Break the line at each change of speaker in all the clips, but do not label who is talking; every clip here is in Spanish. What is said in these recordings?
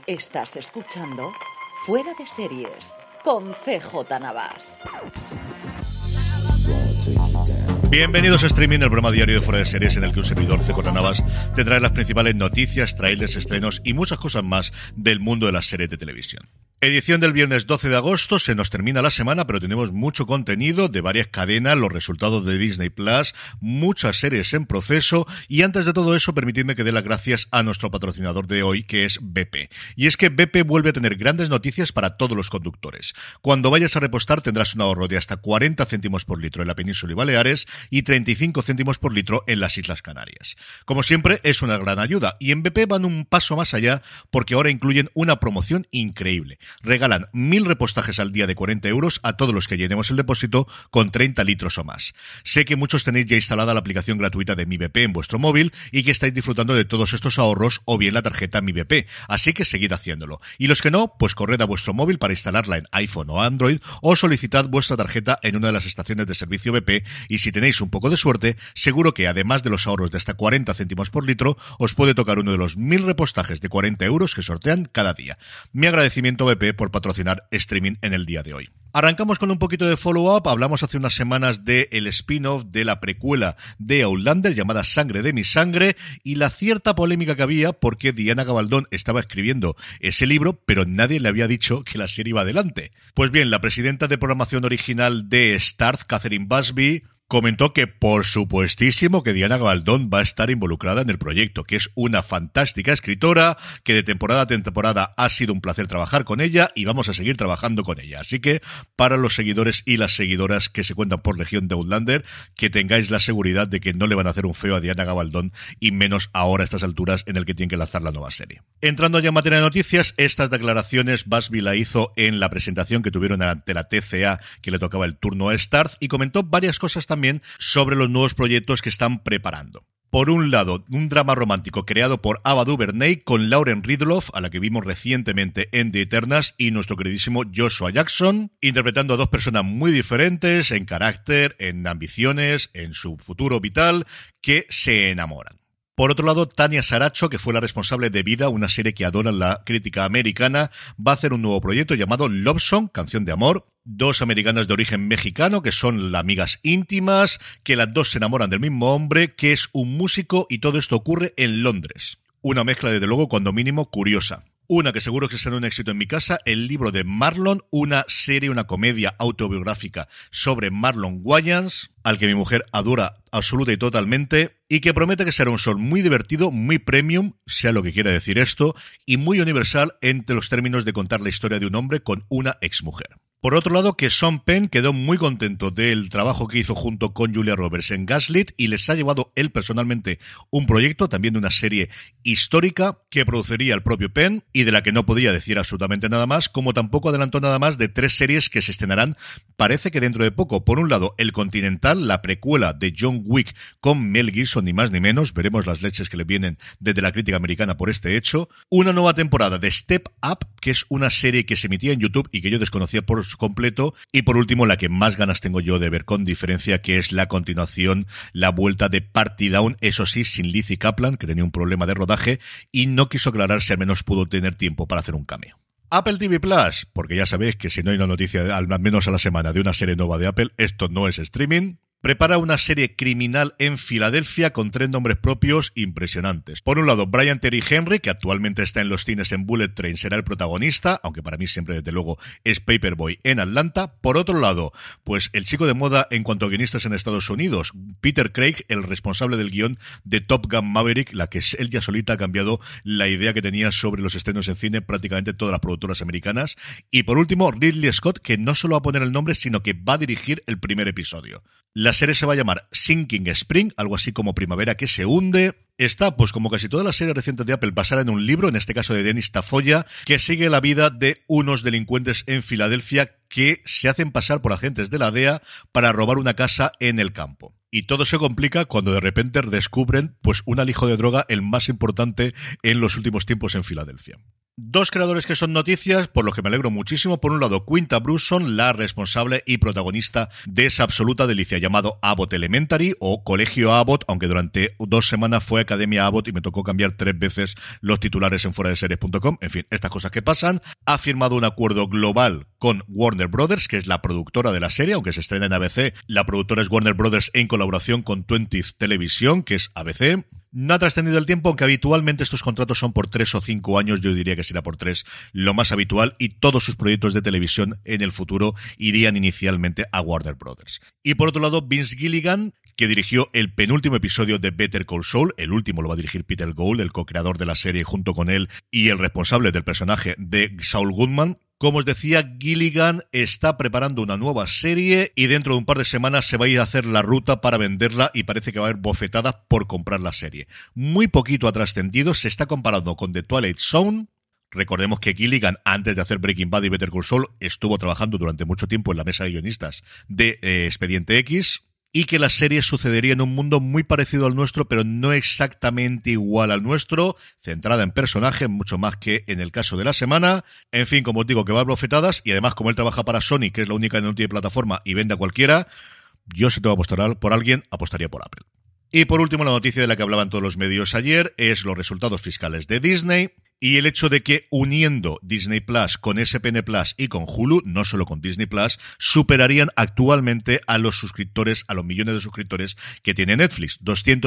Estás escuchando Fuera de Series con CJ Navas.
Bienvenidos a Streaming, el programa diario de Fuera de Series en el que un servidor, CJ Navas, te trae las principales noticias, trailers, estrenos y muchas cosas más del mundo de las series de televisión. Edición del viernes 12 de agosto, se nos termina la semana, pero tenemos mucho contenido de varias cadenas, los resultados de Disney Plus, muchas series en proceso, y antes de todo eso, permitidme que dé las gracias a nuestro patrocinador de hoy, que es BP. Y es que BP vuelve a tener grandes noticias para todos los conductores. Cuando vayas a repostar tendrás un ahorro de hasta 40 céntimos por litro en la península y Baleares y 35 céntimos por litro en las Islas Canarias. Como siempre, es una gran ayuda, y en BP van un paso más allá porque ahora incluyen una promoción increíble. Regalan 1.000 repostajes al día de 40 euros a todos los que llenemos el depósito con 30 litros o más. Sé que muchos tenéis ya instalada la aplicación gratuita de Mi BP en vuestro móvil y que estáis disfrutando de todos estos ahorros o bien la tarjeta Mi BP, así que seguid haciéndolo. Y los que no, pues corred a vuestro móvil para instalarla en iPhone o Android o solicitad vuestra tarjeta en una de las estaciones de servicio BP y si tenéis un poco de suerte, seguro que además de los ahorros de hasta 40 céntimos por litro, os puede tocar uno de los 1.000 repostajes de 40 euros que sortean cada día. Mi agradecimiento BP por patrocinar Streaming en el día de hoy. Arrancamos con un poquito de follow-up. Hablamos hace unas semanas del spin-off de la precuela de Outlander llamada Sangre de mi sangre y la cierta polémica que había porque Diana Gabaldón estaba escribiendo ese libro, pero nadie le había dicho que la serie iba adelante. Pues bien, la presidenta de programación original de Starz, Catherine Busby, comentó que por supuestísimo que Diana Gabaldón va a estar involucrada en el proyecto, que es una fantástica escritora, que de temporada a temporada ha sido un placer trabajar con ella y vamos a seguir trabajando con ella. Así que para los seguidores y las seguidoras que se cuentan por legión de Outlander, que tengáis la seguridad de que no le van a hacer un feo a Diana Gabaldón y menos ahora a estas alturas en el que tienen que lanzar la nueva serie. Entrando ya en materia de noticias, estas declaraciones Busby la hizo en la presentación que tuvieron ante la TCA que le tocaba el turno a Starz y comentó varias cosas también sobre los nuevos proyectos que están preparando. Por un lado, un drama romántico creado por Ava DuVernay con Lauren Ridloff, a la que vimos recientemente en The Eternals, y nuestro queridísimo Joshua Jackson, interpretando a dos personas muy diferentes en carácter, en ambiciones, en su futuro vital, que se enamoran. Por otro lado, Tania Saracho, que fue la responsable de Vida, una serie que adora la crítica americana, va a hacer un nuevo proyecto llamado Love Song, canción de amor. Dos americanas de origen mexicano, que son amigas íntimas, que las dos se enamoran del mismo hombre, que es un músico, y todo esto ocurre en Londres. Una mezcla, desde luego, cuando mínimo, curiosa. Una que seguro que será un éxito en mi casa, el libro de Marlon, una serie, una comedia autobiográfica sobre Marlon Wayans, al que mi mujer adora absoluta y totalmente, y que promete que será un show muy divertido, muy premium, sea lo que quiera decir esto, y muy universal entre los términos de contar la historia de un hombre con una exmujer. Por otro lado, que Sean Penn quedó muy contento del trabajo que hizo junto con Julia Roberts en Gaslit y les ha llevado él personalmente un proyecto, también de una serie histórica que produciría el propio Penn y de la que no podía decir absolutamente nada más, como tampoco adelantó nada más de 3 series que se estrenarán, parece que dentro de poco. Por un lado, El Continental, la precuela de John Wick con Mel Gibson, ni más ni menos, veremos las leches que le vienen desde la crítica americana por este hecho. Una nueva temporada de Step Up, que es una serie que se emitía en YouTube y que yo desconocía por completo, y por último la que más ganas tengo yo de ver con diferencia, que es la continuación, la vuelta de Party Down, eso sí, sin Lizzie Kaplan, que tenía un problema de rodaje y no quiso aclarar si al menos pudo tener tiempo para hacer un cameo. Apple TV Plus, porque ya sabéis que si no hay una noticia al menos a la semana de una serie nueva de Apple, esto no es streaming. Prepara una serie criminal en Filadelfia con 3 nombres propios impresionantes. Por un lado, Brian Terry Henry, que actualmente está en los cines en Bullet Train, será el protagonista, aunque para mí siempre, desde luego, es Paperboy en Atlanta. Por otro lado, pues el chico de moda en cuanto a guionistas en Estados Unidos, Peter Craig, el responsable del guión de Top Gun Maverick, la que él ya solita ha cambiado la idea que tenía sobre los estrenos en cine prácticamente todas las productoras americanas. Y por último, Ridley Scott, que no solo va a poner el nombre, sino que va a dirigir el primer episodio. La serie se va a llamar Sinking Spring, algo así como primavera que se hunde. Está, pues como casi todas las series recientes de Apple, basada en un libro, en este caso de Dennis Tafoya, que sigue la vida de unos delincuentes en Filadelfia que se hacen pasar por agentes de la DEA para robar una casa en el campo. Y todo se complica cuando de repente descubren pues un alijo de droga, el más importante en los últimos tiempos en Filadelfia. Dos creadores que son noticias, por lo que me alegro muchísimo. Por un lado, Quinta Brunson, la responsable y protagonista de esa absoluta delicia llamado Abbott Elementary o Colegio Abbott, aunque durante 2 semanas fue Academia Abbott y me tocó cambiar 3 veces los titulares en fueradeseries.com. En fin, estas cosas que pasan. Ha firmado un acuerdo global con Warner Brothers, que es la productora de la serie, aunque se estrena en ABC. La productora es Warner Brothers en colaboración con 20th Television, que es ABC. No ha trascendido el tiempo, aunque habitualmente estos contratos son por 3 o 5 años, yo diría que será por 3 lo más habitual, y todos sus proyectos de televisión en el futuro irían inicialmente a Warner Brothers. Y por otro lado, Vince Gilligan, que dirigió el penúltimo episodio de Better Call Saul, el último lo va a dirigir Peter Gould, el co-creador de la serie junto con él y el responsable del personaje de Saul Goodman. Como os decía, Gilligan está preparando una nueva serie y dentro de un par de semanas se va a ir a hacer la ruta para venderla y parece que va a haber bofetadas por comprar la serie. Muy poquito ha trascendido, se está comparando con The Twilight Zone. Recordemos que Gilligan, antes de hacer Breaking Bad y Better Call Saul, estuvo trabajando durante mucho tiempo en la mesa de guionistas de Expediente X. Y que la serie sucedería en un mundo muy parecido al nuestro, pero no exactamente igual al nuestro, centrada en personajes, mucho más que en el caso de la semana. En fin, como os digo, que va a bofetadas, y además como él trabaja para Sony, que es la única que no tiene plataforma y vende a cualquiera, yo si tengo que apostar por alguien, apostaría por Apple. Y por último, la noticia de la que hablaban todos los medios ayer es los resultados fiscales de Disney. Y el hecho de que uniendo Disney Plus con SPN Plus y con Hulu, no solo con Disney Plus, superarían actualmente a los suscriptores, a los millones de suscriptores que tiene Netflix.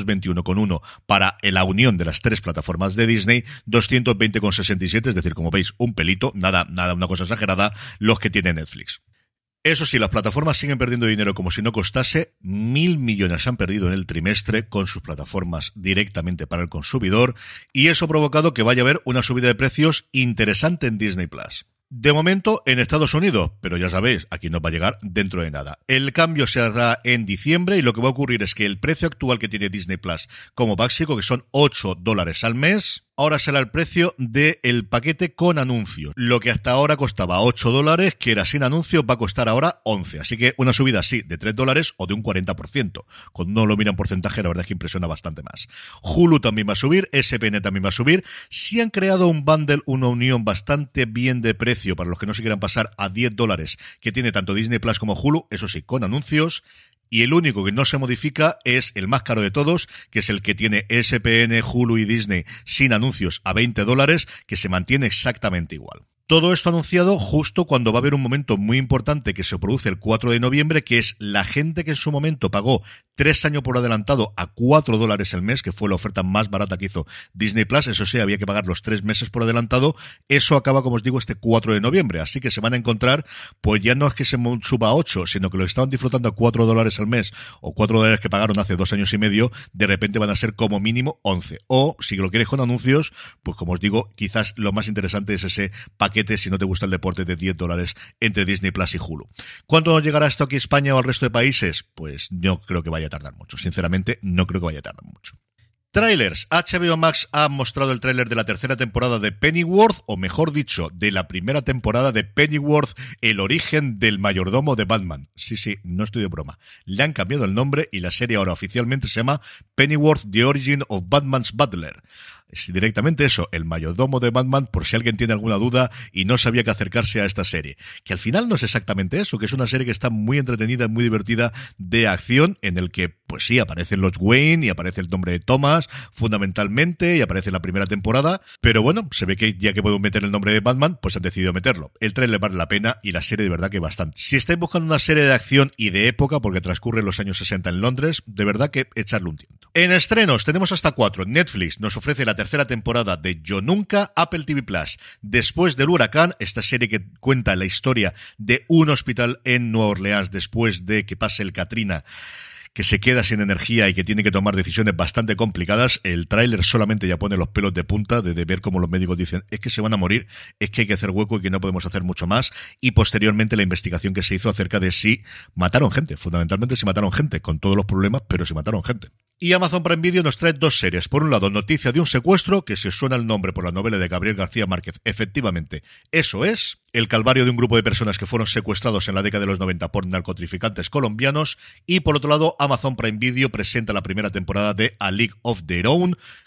221,1 para la unión de las 3 plataformas de Disney, 220,67, es decir, como veis, un pelito, nada, una cosa exagerada, los que tiene Netflix. Eso sí, las plataformas siguen perdiendo dinero como si no costase. 1.000 millones han perdido en el trimestre con sus plataformas directamente para el consumidor, y eso ha provocado que vaya a haber una subida de precios interesante en Disney Plus. De momento en Estados Unidos, pero ya sabéis, aquí no va a llegar dentro de nada. El cambio se hará en diciembre y lo que va a ocurrir es que el precio actual que tiene Disney Plus como básico, que son $8 al mes, ahora será el precio del paquete con anuncios. Lo que hasta ahora costaba $8, que era sin anuncios, va a costar ahora 11. Así que una subida sí, de $3 o de un 40%. Cuando uno lo mira en porcentaje, la verdad es que impresiona bastante más. Hulu también va a subir, SPN también va a subir. Si han creado un bundle, una unión bastante bien de precio para los que no se quieran pasar a $10, que tiene tanto Disney Plus como Hulu, eso sí, con anuncios. Y el único que no se modifica es el más caro de todos, que es el que tiene SPN, Hulu y Disney sin anuncios a $20, que se mantiene exactamente igual. Todo esto anunciado justo cuando va a haber un momento muy importante que se produce el 4 de noviembre, que es la gente que en su momento pagó 3 años por adelantado a $4 el mes, que fue la oferta más barata que hizo Disney Plus. Eso sí, había que pagar los 3 meses por adelantado. Eso acaba, como os digo, este 4 de noviembre. Así que se van a encontrar, pues ya no es que se suba a 8, sino que lo estaban disfrutando a $4 al mes, o $4 que pagaron hace 2 años y medio, de repente van a ser como mínimo 11. O, si lo quieres con anuncios, pues como os digo, quizás lo más interesante es ese paquete, si no te gusta el deporte, de $10 entre Disney Plus y Hulu. ¿Cuándo nos llegará esto aquí a España o al resto de países? Pues no creo que vaya a tardar mucho. Sinceramente, no creo que vaya a tardar mucho. Trailers. HBO Max ha mostrado el tráiler de la 3ª temporada de Pennyworth, o mejor dicho, de la primera temporada de Pennyworth, el origen del mayordomo de Batman. Sí, no estoy de broma. Le han cambiado el nombre y la serie ahora oficialmente se llama Pennyworth, The Origin of Batman's Butler. Es directamente eso, el mayordomo de Batman, por si alguien tiene alguna duda y no sabía que acercarse a esta serie. Que al final no es exactamente eso, que es una serie que está muy entretenida, muy divertida, de acción, en el que, pues sí, aparecen los Wayne y aparece el nombre de Thomas, fundamentalmente, y aparece en la primera temporada, pero bueno, se ve que ya que puedo meter el nombre de Batman, pues han decidido meterlo. El trailer vale la pena y la serie de verdad que bastante. Si estáis buscando una serie de acción y de época, porque transcurre en los años 60 en Londres, de verdad que echarle un tiento. En estrenos tenemos hasta 4. Netflix nos ofrece la 3ª temporada de Yo Nunca. Apple TV Plus, Después del huracán, esta serie que cuenta la historia de un hospital en Nueva Orleans después de que pase el Katrina, que se queda sin energía y que tiene que tomar decisiones bastante complicadas. El tráiler solamente ya pone los pelos de punta de ver cómo los médicos dicen es que se van a morir, es que hay que hacer hueco y que no podemos hacer mucho más. Y posteriormente la investigación que se hizo acerca de si mataron gente, fundamentalmente si mataron gente, con todos los problemas, pero si mataron gente. Y Amazon Prime Video nos trae 2 series. Por un lado, Noticia de un secuestro, que si os suena el nombre por la novela de Gabriel García Márquez, efectivamente, eso es. El calvario de un grupo de personas que fueron secuestrados en la década de los 90 por narcotraficantes colombianos. Y por otro lado, Amazon Prime Video presenta la primera temporada de A League of Their Own,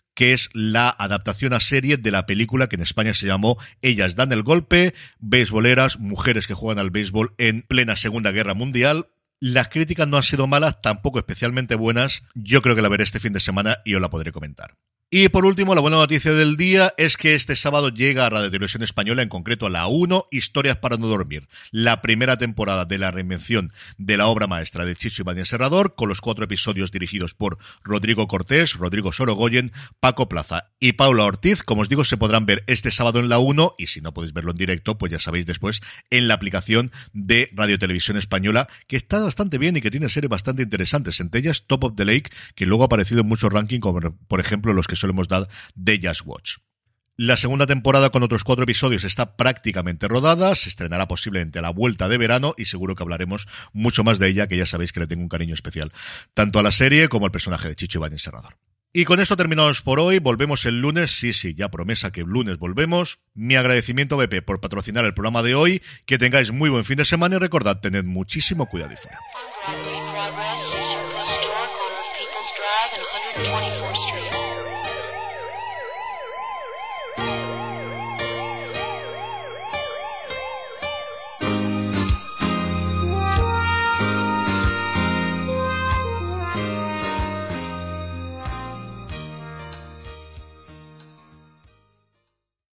que es la adaptación a serie de la película que en España se llamó Ellas dan el golpe, beisboleras, mujeres que juegan al béisbol en plena Segunda Guerra Mundial. Las críticas no han sido malas, tampoco especialmente buenas. Yo creo que la veré este fin de semana y os la podré comentar. Y por último, la buena noticia del día es que este sábado llega a Radio Televisión Española, en concreto a la 1, Historias para no dormir, la primera temporada de la reinvención de la obra maestra de Chicho Ibáñez Serrador, con los 4 episodios dirigidos por Rodrigo Cortés, Rodrigo Sorogoyen, Paco Plaza y Paula Ortiz. Como os digo, se podrán ver este sábado en la 1, y si no podéis verlo en directo, pues ya sabéis después en la aplicación de Radio Televisión Española, que está bastante bien y que tiene series bastante interesantes, entre ellas Top of the Lake, que luego ha aparecido en muchos rankings, como por ejemplo los que solemos dar de Just Watch. La segunda temporada, con otros 4 episodios, está prácticamente rodada, se estrenará posiblemente a la vuelta de verano y seguro que hablaremos mucho más de ella, que ya sabéis que le tengo un cariño especial tanto a la serie como al personaje de Chicho Ibáñez Serrador. Y con esto terminamos por hoy, volvemos el lunes, sí, ya promesa que el lunes volvemos. Mi agradecimiento a BP por patrocinar el programa de hoy, que tengáis muy buen fin de semana y recordad, tened muchísimo cuidado y fuera.